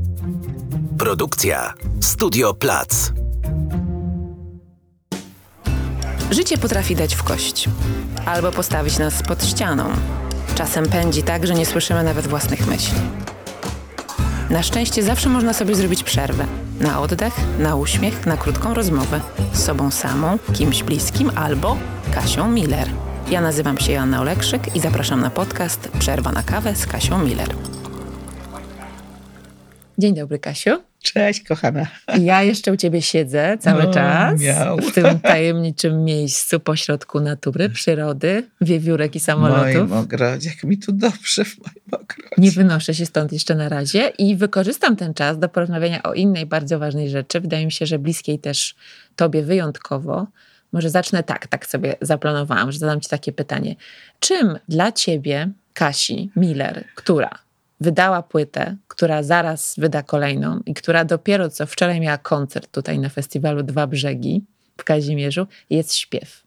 Produkcja Studio Plac. Życie potrafi dać w kość albo postawić nas pod ścianą. Czasem pędzi tak, że nie słyszymy nawet własnych myśli. Na szczęście zawsze można sobie zrobić przerwę. Na oddech, na uśmiech, na krótką rozmowę. Z sobą samą, kimś bliskim albo Kasią Miller. Ja nazywam się Joanna Olekszyk i zapraszam na podcast Przerwa na kawę z Kasią Miller. Dzień dobry, Kasiu. Cześć, kochana. Ja jeszcze u ciebie siedzę cały czas w tym tajemniczym miejscu pośrodku natury, przyrody, wiewiórek i samolotów. W moim ogrodzie, jak mi tu dobrze w moim ogrodzie. Nie wynoszę się stąd jeszcze na razie i wykorzystam ten czas do porozmawiania o innej bardzo ważnej rzeczy. Wydaje mi się, że bliskiej też tobie wyjątkowo. Może zacznę tak sobie zaplanowałam, że zadam ci takie pytanie. Czym dla ciebie, Kasi Miller, która wydała płytę, która zaraz wyda kolejną i która dopiero co wczoraj miała koncert tutaj na festiwalu Dwa Brzegi w Kazimierzu, jest śpiew?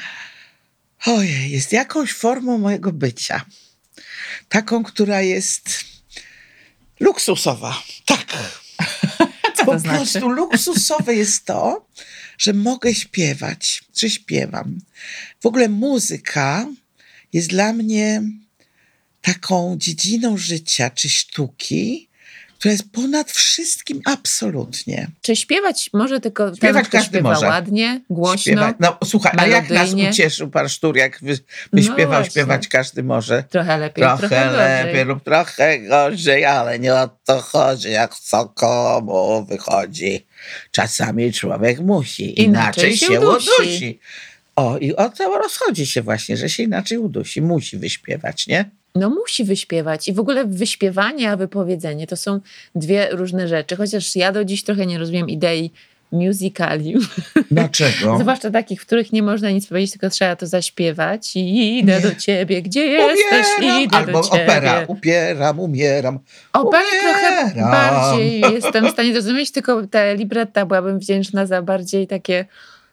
Ojej, jest jakąś formą mojego bycia. Taką, która jest luksusowa. Tak. Co to po znaczy? prostu luksusowe jest to, że mogę śpiewać, że śpiewam. W ogóle muzyka jest dla mnie taką dziedziną życia czy sztuki, która jest ponad wszystkim absolutnie. Czy śpiewać może tylko ten, kto śpiewa może. Ładnie, głośno, śpiewać. No słuchaj, a jak nas melodyjnie? ucieszył pan Sztur, jak wyśpiewał, właśnie. śpiewać każdy może. Trochę lepiej, Trochę lepiej lub trochę gorzej, ale nie o to chodzi, jak co komu wychodzi. Czasami człowiek musi, inaczej się udusi. O, i o to rozchodzi się właśnie, że się inaczej udusi. Musi wyśpiewać, nie? No musi wyśpiewać i w ogóle wyśpiewanie a wypowiedzenie to są dwie różne rzeczy, chociaż ja do dziś trochę nie rozumiem idei musicali. Dlaczego? Zwłaszcza takich, w których nie można nic powiedzieć, tylko trzeba to zaśpiewać i idę do ciebie, gdzie jesteś, idę albo do ciebie. opera, upieram, umieram. Operę trochę Umieram. bardziej jestem w stanie zrozumieć, tylko te libretta byłabym wdzięczna za bardziej takie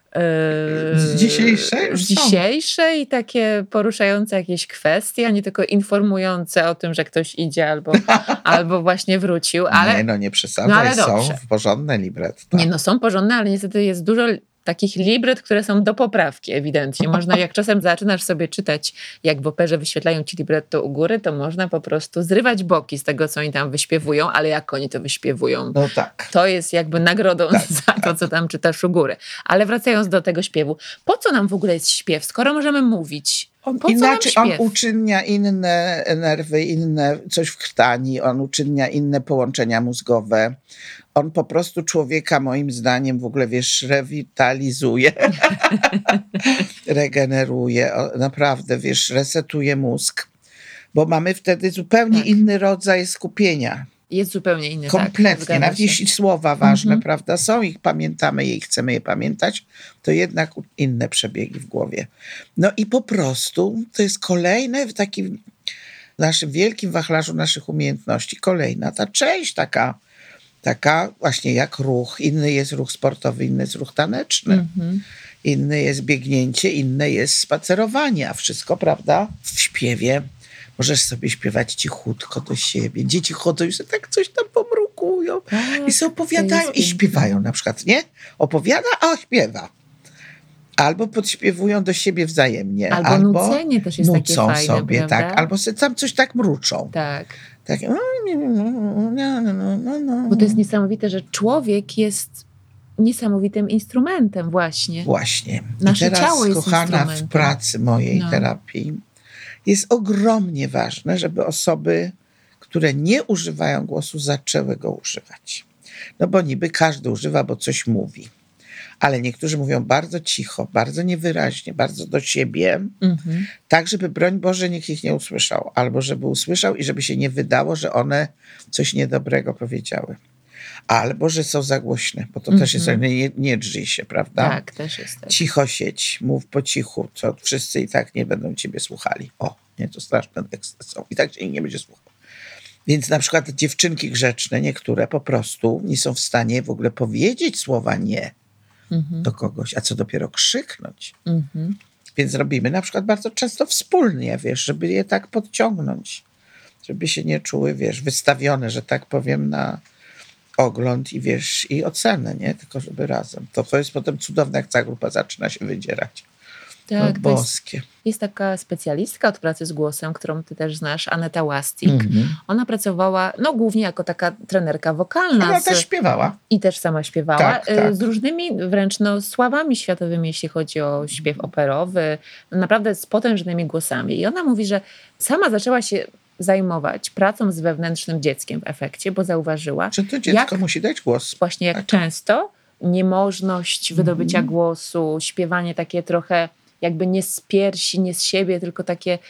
Z dzisiejszej? z dzisiejszej, takie poruszające jakieś kwestie, a nie tylko informujące o tym, że ktoś idzie albo właśnie wrócił. Ale, Nie przesadzaj, są dobrze. porządne libretta. Nie, no są porządne, ale niestety jest dużo takich libret, które są do poprawki ewidentnie. Można, jak czasem zaczynasz sobie czytać, jak w operze wyświetlają ci libretto u góry, to można po prostu zrywać boki z tego, co oni tam wyśpiewują, ale jak oni to wyśpiewują. No tak. To jest jakby nagrodą za to, co tam czytasz u góry. Ale wracając do tego śpiewu, po co nam w ogóle jest śpiew, skoro możemy mówić? Inaczej on uczynnia inne nerwy, inne coś w krtani, on uczynnia inne połączenia mózgowe. On po prostu człowieka, moim zdaniem, w ogóle, wiesz, rewitalizuje, regeneruje, naprawdę, wiesz, resetuje mózg, bo mamy wtedy zupełnie inny rodzaj skupienia. Jest zupełnie inny. Kompletnie. Tak, Nawet jeśli słowa ważne, prawda, są, ich pamiętamy je i chcemy je pamiętać, to jednak inne przebiegi w głowie. No i po prostu to jest kolejne w takim naszym wielkim wachlarzu naszych umiejętności, kolejna ta część taka właśnie jak ruch. Inny jest ruch sportowy, inny jest ruch taneczny. Inny jest biegnięcie, inne jest spacerowanie, a wszystko, prawda, w śpiewie. Możesz sobie śpiewać cichutko do siebie. Dzieci chodzą i sobie tak coś tam pomrukują i sobie opowiadają i śpiewają na przykład, nie? Opowiada, a śpiewa. Albo podśpiewują do siebie wzajemnie. Albo nucenie też jest takie fajne, sobie, prawda? tak. Albo sobie tam coś tak mruczą. Tak. Tak. Bo to jest niesamowite, że człowiek jest niesamowitym instrumentem właśnie. Właśnie. Nasze I teraz, ciało jest kochana, instrumentem. w pracy mojej terapii jest ogromnie ważne, żeby osoby, które nie używają głosu, zaczęły go używać. No bo niby każdy używa, bo coś mówi. Ale niektórzy mówią bardzo cicho, bardzo niewyraźnie, bardzo do siebie, tak, żeby, broń Boże, nikt ich nie usłyszał. Albo żeby usłyszał i żeby się nie wydało, że one coś niedobrego powiedziały. Albo, że są za głośne, bo to też jest, nie drzyj się, prawda? Tak, też jest tak. Cicho siedź, mów po cichu, co wszyscy i tak nie będą ciebie słuchali. O, nie, to straszne teksty są. I tak cię nikt nie będzie słuchał. Więc na przykład dziewczynki grzeczne, niektóre po prostu nie są w stanie w ogóle powiedzieć słowa nie do kogoś, a co dopiero krzyknąć. Więc robimy na przykład bardzo często wspólnie, wiesz, żeby je tak podciągnąć. Żeby się nie czuły, wiesz, wystawione, że tak powiem, ogląd i wiesz, i ocenę, nie? Tylko żeby razem. To jest potem cudowne, jak cała grupa zaczyna się wydzierać. Tak, no, boskie. Jest taka specjalistka od pracy z głosem, którą ty też znasz, Aneta Łastik. Ona pracowała głównie jako taka trenerka wokalna. Ona też śpiewała. I też sama śpiewała. Tak. Z różnymi wręcz sławami światowymi, jeśli chodzi o śpiew operowy. Naprawdę z potężnymi głosami. I ona mówi, że sama zaczęła się zajmować pracą z wewnętrznym dzieckiem w efekcie, bo zauważyła, że to dziecko musi dać głos. Właśnie jak często niemożność wydobycia głosu, śpiewanie takie trochę jakby nie z piersi, nie z siebie, tylko takie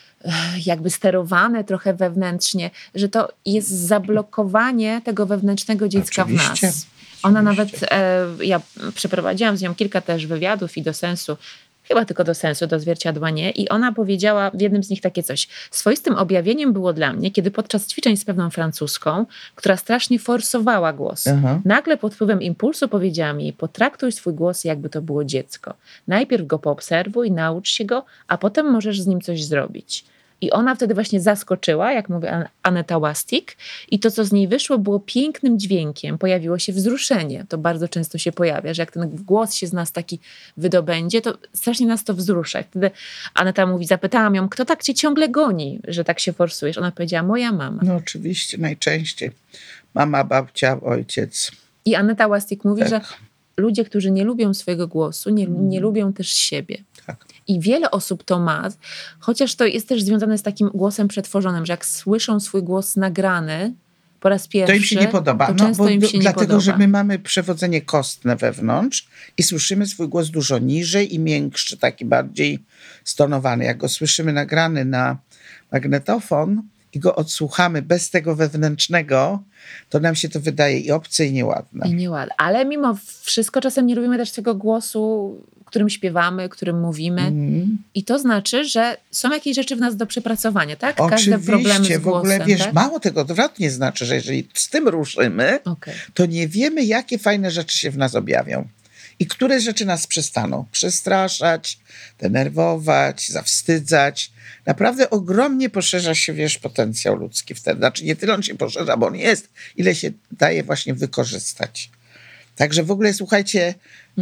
jakby sterowane trochę wewnętrznie, że to jest zablokowanie tego wewnętrznego dziecka w nas. Ona nawet, ja przeprowadziłam z nią kilka też wywiadów i do sensu, chyba tylko do sensu, do zwierciadła nie. I ona powiedziała w jednym z nich takie coś. Swoistym objawieniem było dla mnie, kiedy podczas ćwiczeń z pewną francuską, która strasznie forsowała głos, nagle pod wpływem impulsu powiedziała mi: potraktuj swój głos, jakby to było dziecko. Najpierw go poobserwuj, naucz się go, a potem możesz z nim coś zrobić. I ona wtedy właśnie zaskoczyła, jak mówi Aneta Łastik, i to, co z niej wyszło, było pięknym dźwiękiem. Pojawiło się wzruszenie. To bardzo często się pojawia, że jak ten głos się z nas taki wydobędzie, to strasznie nas to wzrusza. I wtedy Aneta mówi, zapytałam ją, kto tak cię ciągle goni, że tak się forsujesz? Ona powiedziała, moja mama. No oczywiście, najczęściej. Mama, babcia, ojciec. I Aneta Łastik mówi, że ludzie, którzy nie lubią swojego głosu, nie lubią też siebie. Tak. I wiele osób to ma, chociaż to jest też związane z takim głosem przetworzonym, że jak słyszą swój głos nagrany po raz pierwszy, to im się nie podoba. To często im się dlatego, nie podoba. że my mamy przewodzenie kostne wewnątrz i słyszymy swój głos dużo niżej i miększy, taki bardziej stonowany. Jak go słyszymy nagrany na magnetofon i go odsłuchamy bez tego wewnętrznego, to nam się to wydaje i obce, i nieładne. I nieładne. Ale mimo wszystko czasem nie lubimy też tego głosu, którym śpiewamy, którym mówimy. I to znaczy, że są jakieś rzeczy w nas do przepracowania, tak? Oczywiście, każde problemy z głosem. w ogóle wiesz, tak? mało tego odwrotnie znaczy, że jeżeli z tym ruszymy, to nie wiemy, jakie fajne rzeczy się w nas objawią. I które rzeczy nas przestaną przestraszać, denerwować, zawstydzać. Naprawdę ogromnie poszerza się, wiesz, potencjał ludzki wtedy. Znaczy nie tyle on się poszerza, bo on jest, ile się daje właśnie wykorzystać. Także w ogóle, słuchajcie,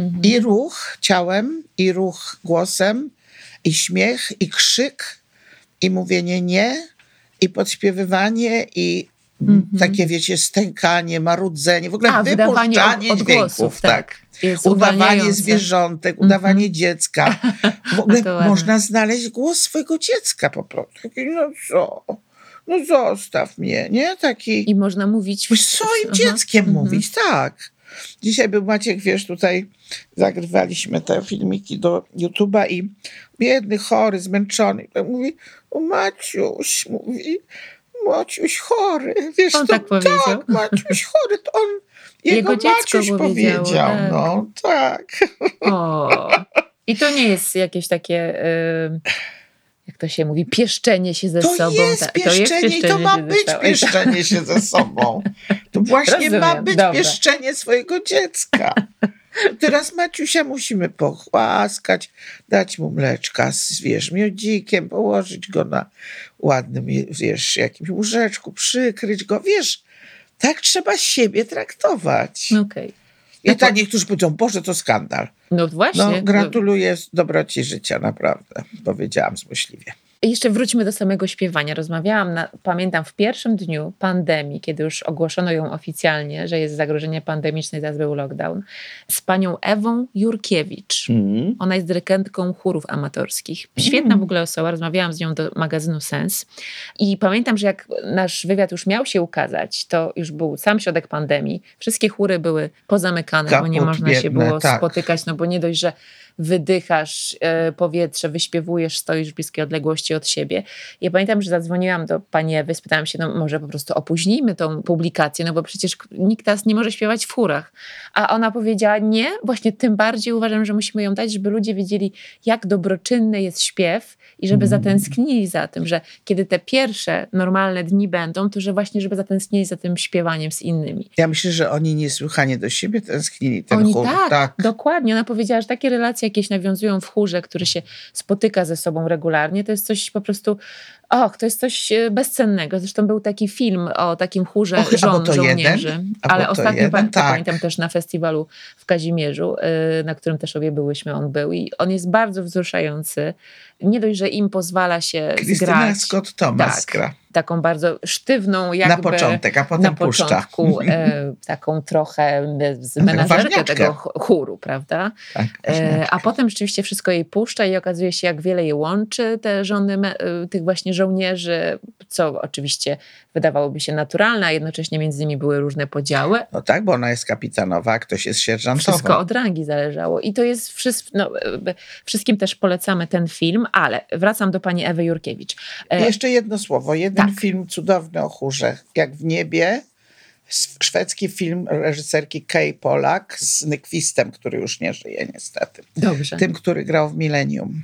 i ruch ciałem, i ruch głosem, i śmiech, i krzyk, i mówienie nie, i podśpiewywanie, i takie, wiecie, stękanie, marudzenie, w ogóle wypuszczanie dźwięków. Tak. Udawanie zwierzątek, udawanie dziecka. W ogóle można znaleźć głos swojego dziecka po prostu. Taki, no co? No zostaw mnie, nie? Taki... I można mówić... Z swoim dzieckiem mówić, tak. Dzisiaj był Maciek, wiesz, tutaj zagrywaliśmy te filmiki do YouTube'a i biedny, chory, zmęczony. I mówi, o Maciuś, Maciuś chory. Wiesz, on tak powiedział? Tak, Maciuś chory, to on, jego Maciuś powiedział. Tak. No, tak. O. I to nie jest jakieś takie... jak to się mówi, pieszczenie się ze sobą. To jest pieszczenie i to ma być pieszczenie się ze sobą. To właśnie ma być pieszczenie swojego dziecka. Teraz Maciusia musimy pogłaskać, dać mu mleczka z, wiesz, miodzikiem, położyć go na ładnym, wiesz, jakimś łóżeczku, przykryć go, wiesz, tak trzeba siebie traktować. Okej. I tak niektórzy powiedzą, Boże, to skandal. No właśnie. No, gratuluję dobroci życia, naprawdę, powiedziałam złośliwie. Jeszcze wróćmy do samego śpiewania. Rozmawiałam, pamiętam, w pierwszym dniu pandemii, kiedy już ogłoszono ją oficjalnie, że jest zagrożenie pandemiczne, teraz był lockdown, z panią Ewą Jurkiewicz. Ona jest dyrygentką chórów amatorskich. Świetna w ogóle osoba. Rozmawiałam z nią do magazynu Sens. I pamiętam, że jak nasz wywiad już miał się ukazać, to już był sam środek pandemii. Wszystkie chóry były pozamykane, bo nie można się było spotykać, no bo nie dość, że wydychasz powietrze, wyśpiewujesz, stoisz w bliskiej odległości od siebie. Ja pamiętam, że zadzwoniłam do pani Ewy, spytałam się, no może po prostu opóźnijmy tą publikację, no bo przecież nikt nas nie może śpiewać w chórach. A ona powiedziała, nie, właśnie tym bardziej uważam, że musimy ją dać, żeby ludzie wiedzieli, jak dobroczynny jest śpiew i żeby zatęsknili za tym, że kiedy te pierwsze normalne dni będą, to że właśnie, żeby zatęsknili za tym śpiewaniem z innymi. Ja myślę, że oni niesłychanie do siebie tęsknili, ten oni chór. Tak, dokładnie. Ona powiedziała, że takie relacje, jakieś nawiązują w chórze, który się spotyka ze sobą regularnie, to jest coś po prostu, to jest coś bezcennego. Zresztą był taki film o takim chórze żołnierzy. Ale ostatnio pamiętam też na festiwalu w Kazimierzu, na którym też obie byłyśmy, on był i on jest bardzo wzruszający. Nie dość, że im pozwala się Krystyna zgrać. Scott Thomas gra. Taką bardzo sztywną jakby... Na początek, a potem puszcza. Na początku taką trochę menażerkę tego chóru, prawda? Tak, a potem rzeczywiście wszystko jej puszcza i okazuje się, jak wiele je łączy, te żony tych właśnie żołnierzy, co oczywiście wydawałoby się naturalne, a jednocześnie między nimi były różne podziały. No tak, bo ona jest kapitanowa, a ktoś jest sierżantowa. Wszystko od rangi zależało. I to jest wszystkim też polecamy ten film, ale wracam do pani Ewy Jurkiewicz. Jeszcze jedno słowo. Jeden film cudowny o chórze, Jak w niebie. Szwedzki film reżyserki Kay Pollak z Nyqvistem, który już nie żyje niestety. Dobrze. Tym, który grał w Millennium.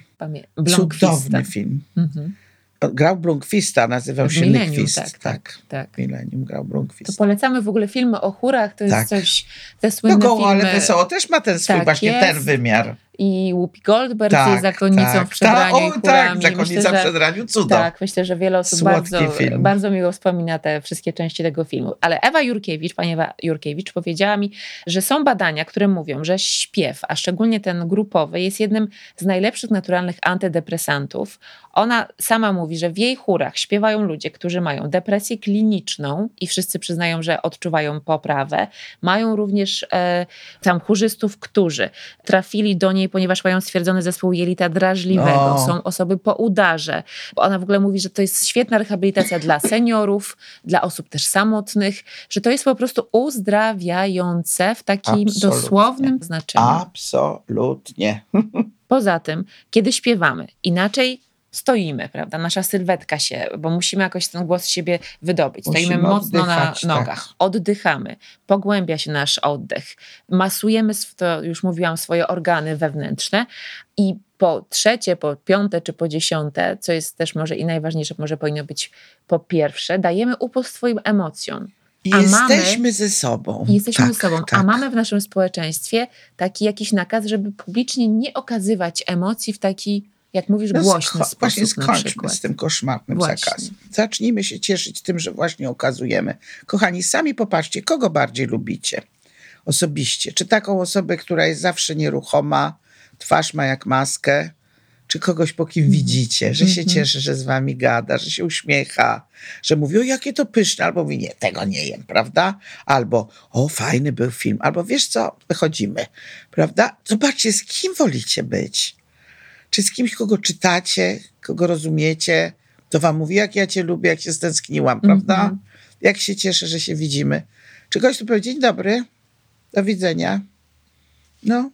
Cudowny film. Mhm. Grał Blomqvista, nazywał się Nyqvist. Tak. Millennium grał Blomqvist. To polecamy w ogóle filmy o chórach, to jest coś, te słynne filmy. Ale Wesoło też ma ten swój ten wymiar. I Whoopi Goldberg jest zakonnicą w przebraniu i chórami. Zakonnica w przebraniu, cudo. Tak, myślę, że wiele osób bardzo miło wspomina te wszystkie części tego filmu. Ale pani Ewa Jurkiewicz powiedziała mi, że są badania, które mówią, że śpiew, a szczególnie ten grupowy, jest jednym z najlepszych naturalnych antydepresantów. Ona sama mówi, że w jej chórach śpiewają ludzie, którzy mają depresję kliniczną i wszyscy przyznają, że odczuwają poprawę. Mają również tam chórzystów, którzy trafili do niej, ponieważ mają stwierdzony zespół jelita drażliwego. Są osoby po udarze. Ona w ogóle mówi, że to jest świetna rehabilitacja dla seniorów, dla osób też samotnych, że to jest po prostu uzdrawiające w takim dosłownym znaczeniu. Absolutnie. Poza tym, kiedy śpiewamy, inaczej stoimy, prawda? Nasza sylwetka się, bo musimy jakoś ten głos z siebie wydobyć. Stoimy mocno na nogach, oddychamy, pogłębia się nasz oddech, masujemy, to już mówiłam, swoje organy wewnętrzne i po trzecie, po piąte czy po dziesiąte, co jest też może i najważniejsze, może powinno być po pierwsze, dajemy upust swoim emocjom. Jesteśmy ze sobą. A mamy w naszym społeczeństwie taki jakiś nakaz, żeby publicznie nie okazywać emocji w taki, jak mówisz, głośny sposób. Właśnie skończmy z tym koszmarnym zakazem. Zacznijmy się cieszyć tym, że właśnie okazujemy. Kochani, sami popatrzcie, kogo bardziej lubicie osobiście. Czy taką osobę, która jest zawsze nieruchoma, twarz ma jak maskę, czy kogoś, po kim widzicie, że się cieszy, że z wami gada, że się uśmiecha, że mówi, o jakie to pyszne, albo mówi, nie, tego nie jem, prawda? Albo, o fajny był film, albo wiesz co, wychodzimy, prawda? Zobaczcie, z kim wolicie być. Czy z kimś, kogo czytacie, kogo rozumiecie, to wam mówi, jak ja cię lubię, jak się stęskniłam, prawda? Jak się cieszę, że się widzimy. Czy ktoś tu powie, dzień dobry, do widzenia. No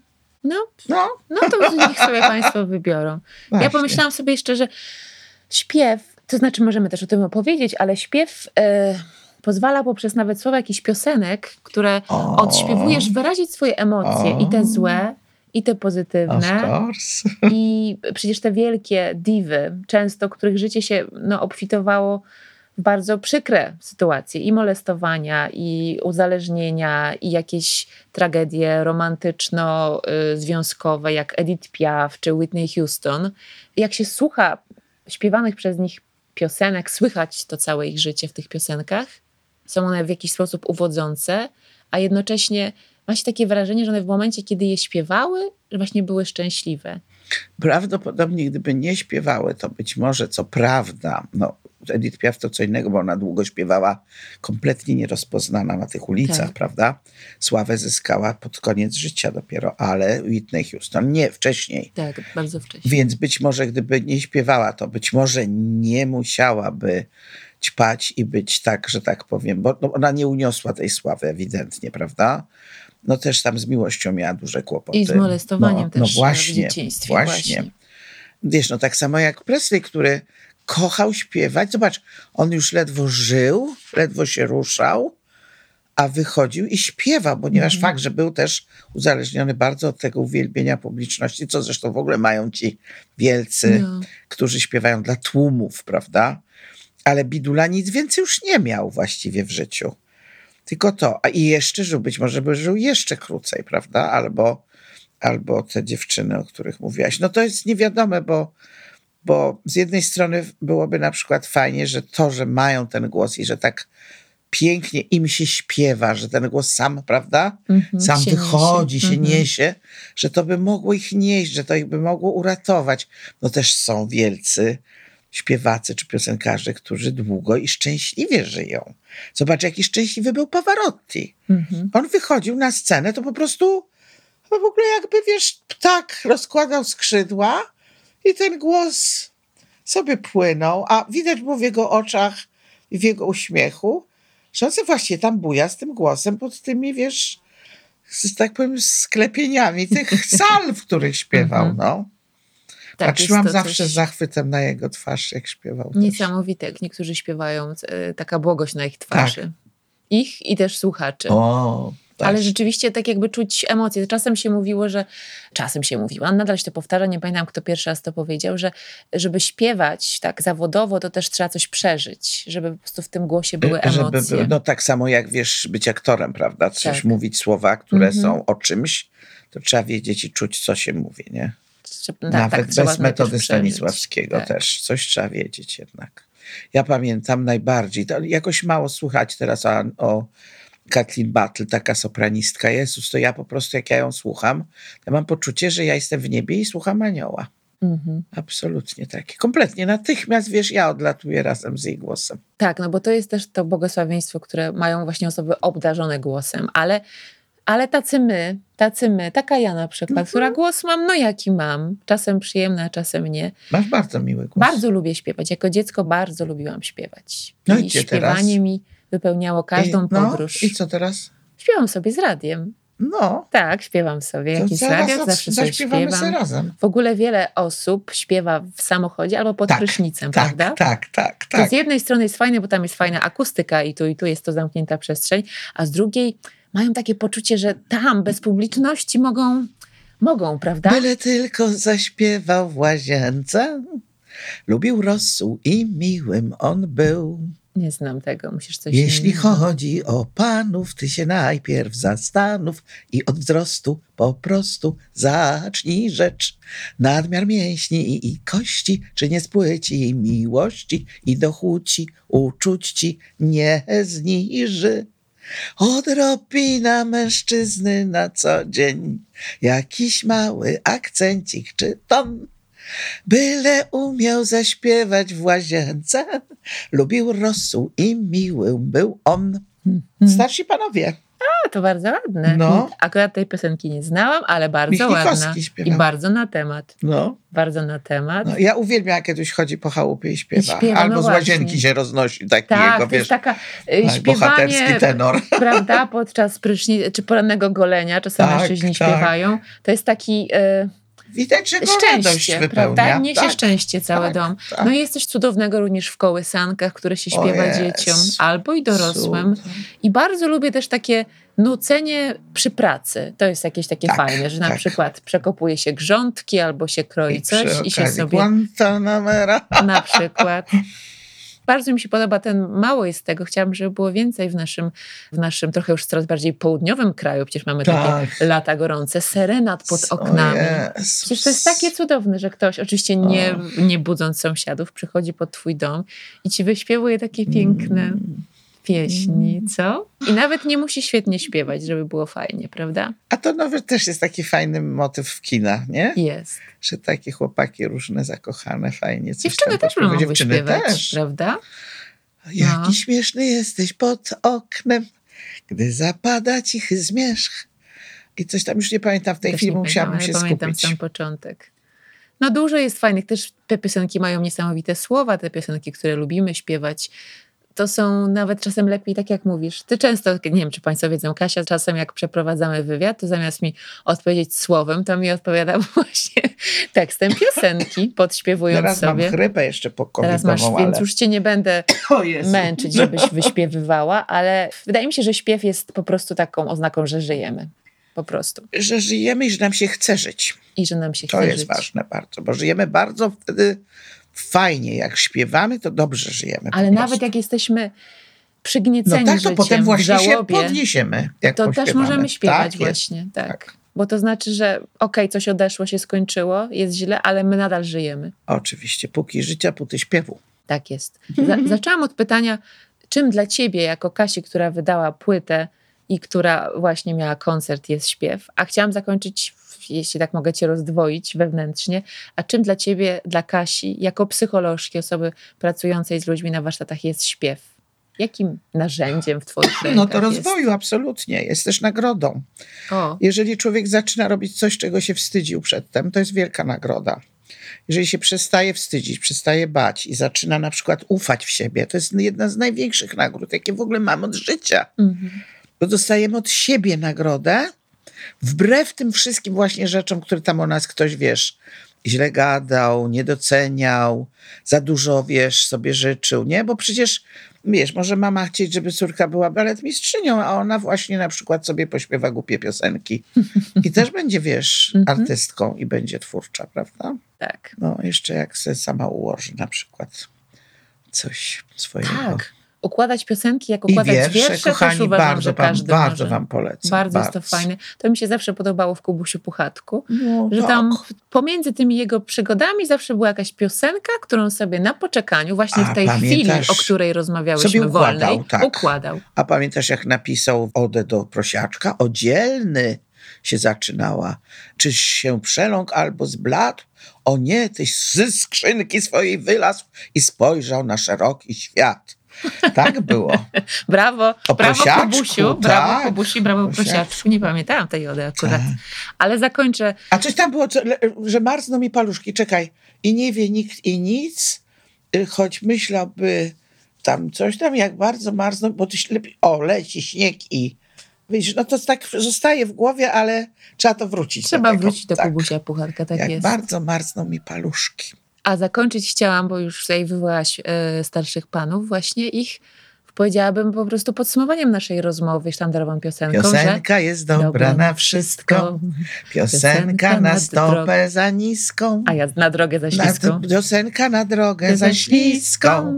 to niech sobie państwo wybiorą. Właśnie. Ja pomyślałam sobie jeszcze, że śpiew, to znaczy możemy też o tym opowiedzieć, ale śpiew pozwala poprzez nawet słowa jakichś piosenek, które odśpiewujesz, wyrazić swoje emocje i te złe, i te pozytywne. I przecież te wielkie diwy, często których życie się obfitowało w bardzo przykre sytuacje i molestowania, i uzależnienia, i jakieś tragedie romantyczno-związkowe, jak Edith Piaf czy Whitney Houston. Jak się słucha śpiewanych przez nich piosenek, słychać to całe ich życie w tych piosenkach. Są one w jakiś sposób uwodzące, a jednocześnie ma się takie wrażenie, że one w momencie, kiedy je śpiewały, że właśnie były szczęśliwe. Prawdopodobnie, gdyby nie śpiewały, to być może, co prawda, Edith Piaf to co innego, bo ona długo śpiewała kompletnie nierozpoznana na tych ulicach, prawda? Sławę zyskała pod koniec życia dopiero, ale Whitney Houston nie, wcześniej. Tak, bardzo wcześniej. Więc być może, gdyby nie śpiewała, to być może nie musiałaby ćpać i być tak, że tak powiem, bo ona nie uniosła tej sławy ewidentnie, prawda? Też tam z miłością miała duże kłopoty. I z molestowaniem też właśnie, w dzieciństwie. Właśnie. Wiesz, tak samo jak Presley, który kochał śpiewać. Zobacz, on już ledwo żył, ledwo się ruszał, a wychodził i śpiewał, ponieważ fakt, że był też uzależniony bardzo od tego uwielbienia publiczności, co zresztą w ogóle mają ci wielcy, którzy śpiewają dla tłumów, prawda? Ale Bidula nic więcej już nie miał właściwie w życiu. Tylko to. A i jeszcze żył, być może by żył jeszcze krócej, prawda? albo te dziewczyny, o których mówiłaś. No to jest niewiadome, bo z jednej strony byłoby na przykład fajnie, że to, że mają ten głos i że tak pięknie im się śpiewa, że ten głos sam, prawda, sam się wychodzi, niesie. się niesie, że to by mogło ich nieść, że to ich by mogło uratować. No też są wielcy śpiewacy czy piosenkarze, którzy długo i szczęśliwie żyją. Zobacz, jaki szczęśliwy był Pavarotti. On wychodził na scenę, to po prostu w ogóle jakby, wiesz, ptak rozkładał skrzydła i ten głos sobie płynął, a widać było w jego oczach i w jego uśmiechu, że on sobie właśnie tam buja z tym głosem pod tymi, wiesz, tak powiem, sklepieniami tych sal, w których śpiewał, no. Tak, Patrzyłam jest to zawsze coś z zachwytem na jego twarz, jak śpiewał. niesamowite. Jak niektórzy śpiewają, taka błogość na ich twarzy. Ich i też słuchaczy. O, tak. Ale rzeczywiście tak jakby czuć emocje. Czasem się mówiło, a nadal się to powtarza, nie pamiętam kto pierwszy raz to powiedział, że żeby śpiewać tak zawodowo, to też trzeba coś przeżyć, żeby po prostu w tym głosie były emocje. No tak samo jak wiesz być aktorem, prawda? Coś mówić, słowa, które są o czymś, to trzeba wiedzieć i czuć, co się mówi, nie? Nawet bez metody Stanisławskiego też. Coś trzeba wiedzieć jednak. Ja pamiętam najbardziej, to jakoś mało słychać teraz o Kathleen Battle, taka sopranistka. Jezus, to ja po prostu, jak ja ją słucham, ja mam poczucie, że ja jestem w niebie i słucham anioła. Absolutnie takie. Kompletnie. Natychmiast, wiesz, ja odlatuję razem z jej głosem. Tak, no bo to jest też to błogosławieństwo, które mają właśnie osoby obdarzone głosem, ale tacy my, taka ja na przykład, która głos mam, no jaki mam. Czasem przyjemny, a czasem nie. Masz bardzo miły głos. Bardzo lubię śpiewać. Jako dziecko bardzo lubiłam śpiewać. No i śpiewanie mi wypełniało każdą podróż. I co teraz? Śpiewam sobie z radiem. No. Tak, śpiewam sobie. Jakiś radio, zawsze sobie śpiewam. razem. W ogóle wiele osób śpiewa w samochodzie albo pod prysznicem, prawda? Tak. To z jednej strony jest fajne, bo tam jest fajna akustyka i tu jest to zamknięta przestrzeń, a z drugiej mają takie poczucie, że tam bez publiczności mogą, prawda? Byle tylko zaśpiewał w łazience, lubił rosół i miłym on był. Nie znam tego, musisz coś Jeśli innego. chodzi o panów, ty się najpierw zastanów i od wzrostu po prostu zacznij rzecz. Nadmiar mięśni i kości, czy nie z płci miłości i dochuci uczuć ci nie zniży. Odrobina mężczyzny na co dzień, jakiś mały akcencik czy ton. Byle umiał zaśpiewać w łazience, lubił rosół i miły był on. Starsi panowie. A, to bardzo ładne. No. Akurat tej piosenki nie znałam, ale bardzo Michnikowski ładna. śpiewał. I bardzo na temat. No. Bardzo na temat. No, ja uwielbiam, jak kiedyś chodzi po chałupie i śpiewa. I śpiewa, Albo no z łazienki właśnie. się roznosi. Taki Tak, jego, to jest taka bohaterski śpiewanie, tenor. prawda, podczas prysznic, czy porannego golenia, czasem Tak, mężczyźni tak. śpiewają. To jest taki Widać, że go radość szczęście, wypełnia. prawda? Niesie Tak, szczęście cały tak, dom. tak. No i jest coś cudownego również w kołysankach, które się śpiewa Jezu. dzieciom, albo i dorosłym. Cud. I bardzo lubię też takie nucenie przy pracy. To jest jakieś takie Tak, fajne, że na tak. przykład przekopuje się grządki, albo się kroi I coś przy i się okazji sobie Guantanamera. na przykład. Bardzo mi się podoba mało jest tego. Chciałabym, żeby było więcej w naszym trochę już coraz bardziej południowym kraju. Przecież mamy takie lata gorące. Serenad pod oknami. Jezus. Przecież to jest takie cudowne, że ktoś, oczywiście nie budząc sąsiadów, przychodzi pod twój dom i ci wyśpiewuje takie piękne pieśni, co? I nawet nie musi świetnie śpiewać, żeby było fajnie, prawda? A to nawet też jest taki fajny motyw w kinach, nie? Jest. Że takie chłopaki różne, zakochane, fajnie coś Dziewczyny tam też podśpiewają. mogą Dziewczyny wyśpiewać, też. prawda? Jaki śmieszny jesteś pod oknem, gdy zapada cichy zmierzch. I coś tam, już nie pamiętam w tej Też chwili, nie musiałabym pamiętam, się ale pamiętam skupić. sam początek. No dużo jest fajnych. Też te piosenki mają niesamowite słowa, te piosenki, które lubimy śpiewać. To są nawet czasem lepiej, tak jak mówisz. Ty często, nie wiem, czy państwo wiedzą, Kasia, czasem jak przeprowadzamy wywiad, to zamiast mi odpowiedzieć słowem, to mi odpowiada właśnie tekstem piosenki, podśpiewując Teraz sobie. mam chrypę jeszcze po Teraz masz, covidową, więc już cię nie będę O Jezu. męczyć, żebyś wyśpiewywała, ale wydaje mi się, że śpiew jest po prostu taką oznaką, że żyjemy. Po prostu. Że żyjemy i że nam się chce żyć. I że nam się To chce jest żyć. ważne bardzo, bo żyjemy bardzo wtedy fajnie. Jak śpiewamy, to dobrze żyjemy. Ale po nawet prostu. jak jesteśmy przygnieceni No tak, to życiem, potem w właśnie się żałobie, podniesiemy. Jak to też pośpiewamy. możemy śpiewać Tak jest. właśnie. Tak. Bo to znaczy, że coś odeszło, się skończyło, jest źle, ale my nadal żyjemy. Oczywiście, póki życia, póty śpiewu. Tak jest. Zaczęłam od pytania, czym dla ciebie, jako Kasi, która wydała płytę i która właśnie miała koncert, jest śpiew, a chciałam zakończyć, jeśli tak mogę cię rozdwoić wewnętrznie, a czym dla ciebie, dla Kasi, jako psycholożki, osoby pracującej z ludźmi na warsztatach jest śpiew? Jakim narzędziem w twoich rękach No to rozwoju, jest? absolutnie. Jest też nagrodą. O. Jeżeli człowiek zaczyna robić coś, czego się wstydził przedtem, to jest wielka nagroda. Jeżeli się przestaje wstydzić, przestaje bać i zaczyna na przykład ufać w siebie, to jest jedna z największych nagród, jakie w ogóle mamy od życia. Bo dostajemy od siebie nagrodę, wbrew tym wszystkim właśnie rzeczom, które tam o nas ktoś, źle gadał, nie doceniał, za dużo, sobie życzył, nie? Bo przecież, może mama chcieć, żeby córka była baletmistrzynią, a ona właśnie na przykład sobie pośpiewa głupie piosenki. I też będzie, artystką i będzie twórcza, prawda? Tak. No, jeszcze jak sobie sama ułoży na przykład coś swojego. Tak. Układać piosenki, jak układać wiersze kochani, też uważam, że każdy bardzo może. wam polecam. Bardzo jest to fajne. To mi się zawsze podobało w Kubusiu Puchatku, że tak. tam pomiędzy tymi jego przygodami zawsze była jakaś piosenka, którą sobie na poczekaniu, właśnie w tej chwili, o której rozmawiałyśmy wolnej, układał. A pamiętasz, jak napisał odę do prosiaczka? O dzielny się zaczynała. Czyś się przeląkł albo zbladł? O nie, tyś ze skrzynki swojej wylazł i spojrzał na szeroki świat. Tak było. Brawo, brawo Kubusiu, brawo Kubusi, brawo Prosiaczku. Nie pamiętałam tej ody akurat. Tak. Ale zakończę. A coś tam było, że marzną mi paluszki. Czekaj. I nie wie nikt i nic, choć myślałby tam coś tam, jak bardzo marzną, bo tyś lepiej, leci śnieg i widzisz, no to tak zostaje w głowie, ale trzeba to wrócić. Trzeba wrócić do Kubusia Puchatka, tak jak jest. bardzo marzną mi paluszki. A zakończyć chciałam, bo już tutaj wywołałaś starszych panów, właśnie ich, powiedziałabym po prostu podsumowaniem naszej rozmowy, sztandarową piosenką. Piosenka jest dobra na wszystko. Piosenka na stopę za niską. A ja na drogę za śliską. Piosenka na drogę za śliską.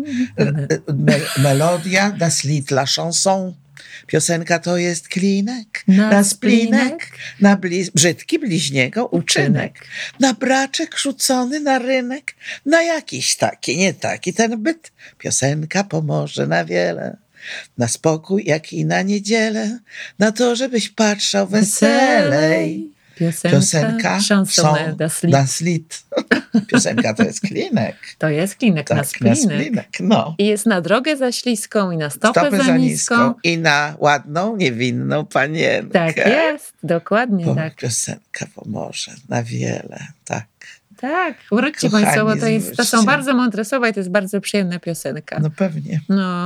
Melodia das Lied la chanson. Piosenka to jest klinek, na splinek, na brzydki bliźniego uczynek, na braczek rzucony na rynek, na jakiś taki, nie taki ten byt. Piosenka pomoże na wiele, na spokój jak i na niedzielę, na to, żebyś patrzał weselej. Piosenka das Lied. Piosenka to jest klinek. To jest klinek, tak, na splinek. No. I jest na drogę za śliską i na stopę za niską. I na ładną, niewinną panienkę. Tak jest, dokładnie tak. Piosenka pomoże na wiele, tak. Tak, wróćcie państwo, bo to są bardzo mądre słowa i to jest bardzo przyjemna piosenka. No pewnie.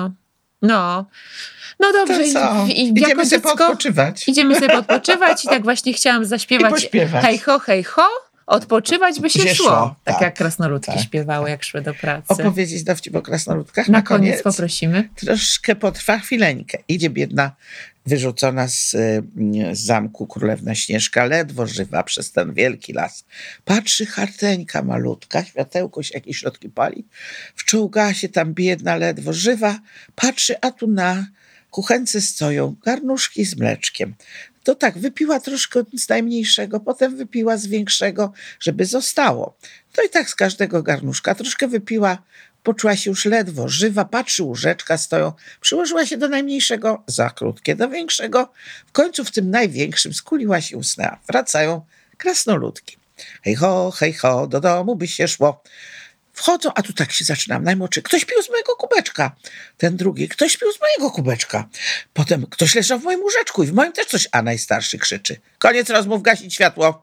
No dobrze. Idziemy sobie podpoczywać. Idziemy sobie podpoczywać i tak właśnie chciałam zaśpiewać hej ho, odpoczywać by się szło. Tak jak krasnoludki śpiewały, jak szły do pracy. Opowiedzieć dowcip o krasnoludkach na koniec poprosimy. Troszkę potrwa chwileńkę. Idzie biedna, wyrzucona z zamku królewna Śnieżka, ledwo żywa przez ten wielki las. Patrzy charteńka malutka, światełko się jakieś środki pali. Wczołga się tam biedna, ledwo żywa. Patrzy, a tu na kuchence stoją garnuszki z mleczkiem. To tak, wypiła troszkę z najmniejszego, potem wypiła z większego, żeby zostało. To i tak z każdego garnuszka troszkę wypiła, poczuła się już ledwo żywa, patrzy, łóżeczka stoją, przyłożyła się do najmniejszego, za krótkie do większego, w końcu w tym największym skuliła się, usnęła. Wracają krasnoludki. Hej ho, do domu by się szło. Wchodzą, a tu tak się zaczynam. Najmłodszy, ktoś pił z mojego kubeczka. Ten drugi, ktoś pił z mojego kubeczka. Potem ktoś leżał w moim łóżeczku i w moim też coś. A najstarszy krzyczy. Koniec rozmów, gasić światło.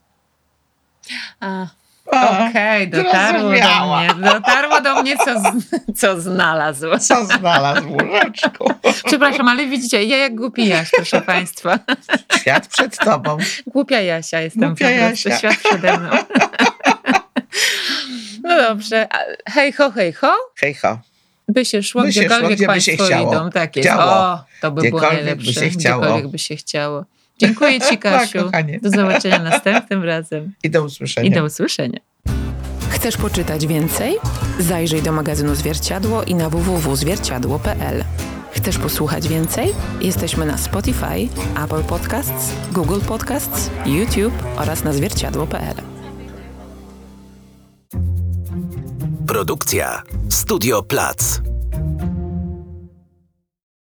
Okej, dotarło do mnie, co znalazł. Co znalazł w łóżeczku. Przepraszam, ale widzicie, ja jak głupi Jaś, proszę państwa. Świat przed tobą. Głupia Jasia jestem, po prostu. Świat przede mną. No dobrze. Hej ho. Hej ho. By się szło, gdziekolwiek państwo idą. Tak jest. To by było najlepsze. Gdziekolwiek by się chciało. Dziękuję ci, Kasiu. Tak, do zobaczenia następnym razem. I do usłyszenia. Chcesz poczytać więcej? Zajrzyj do magazynu Zwierciadło i na www.zwierciadło.pl. Chcesz posłuchać więcej? Jesteśmy na Spotify, Apple Podcasts, Google Podcasts, YouTube oraz na zwierciadło.pl. Produkcja Studio Plac.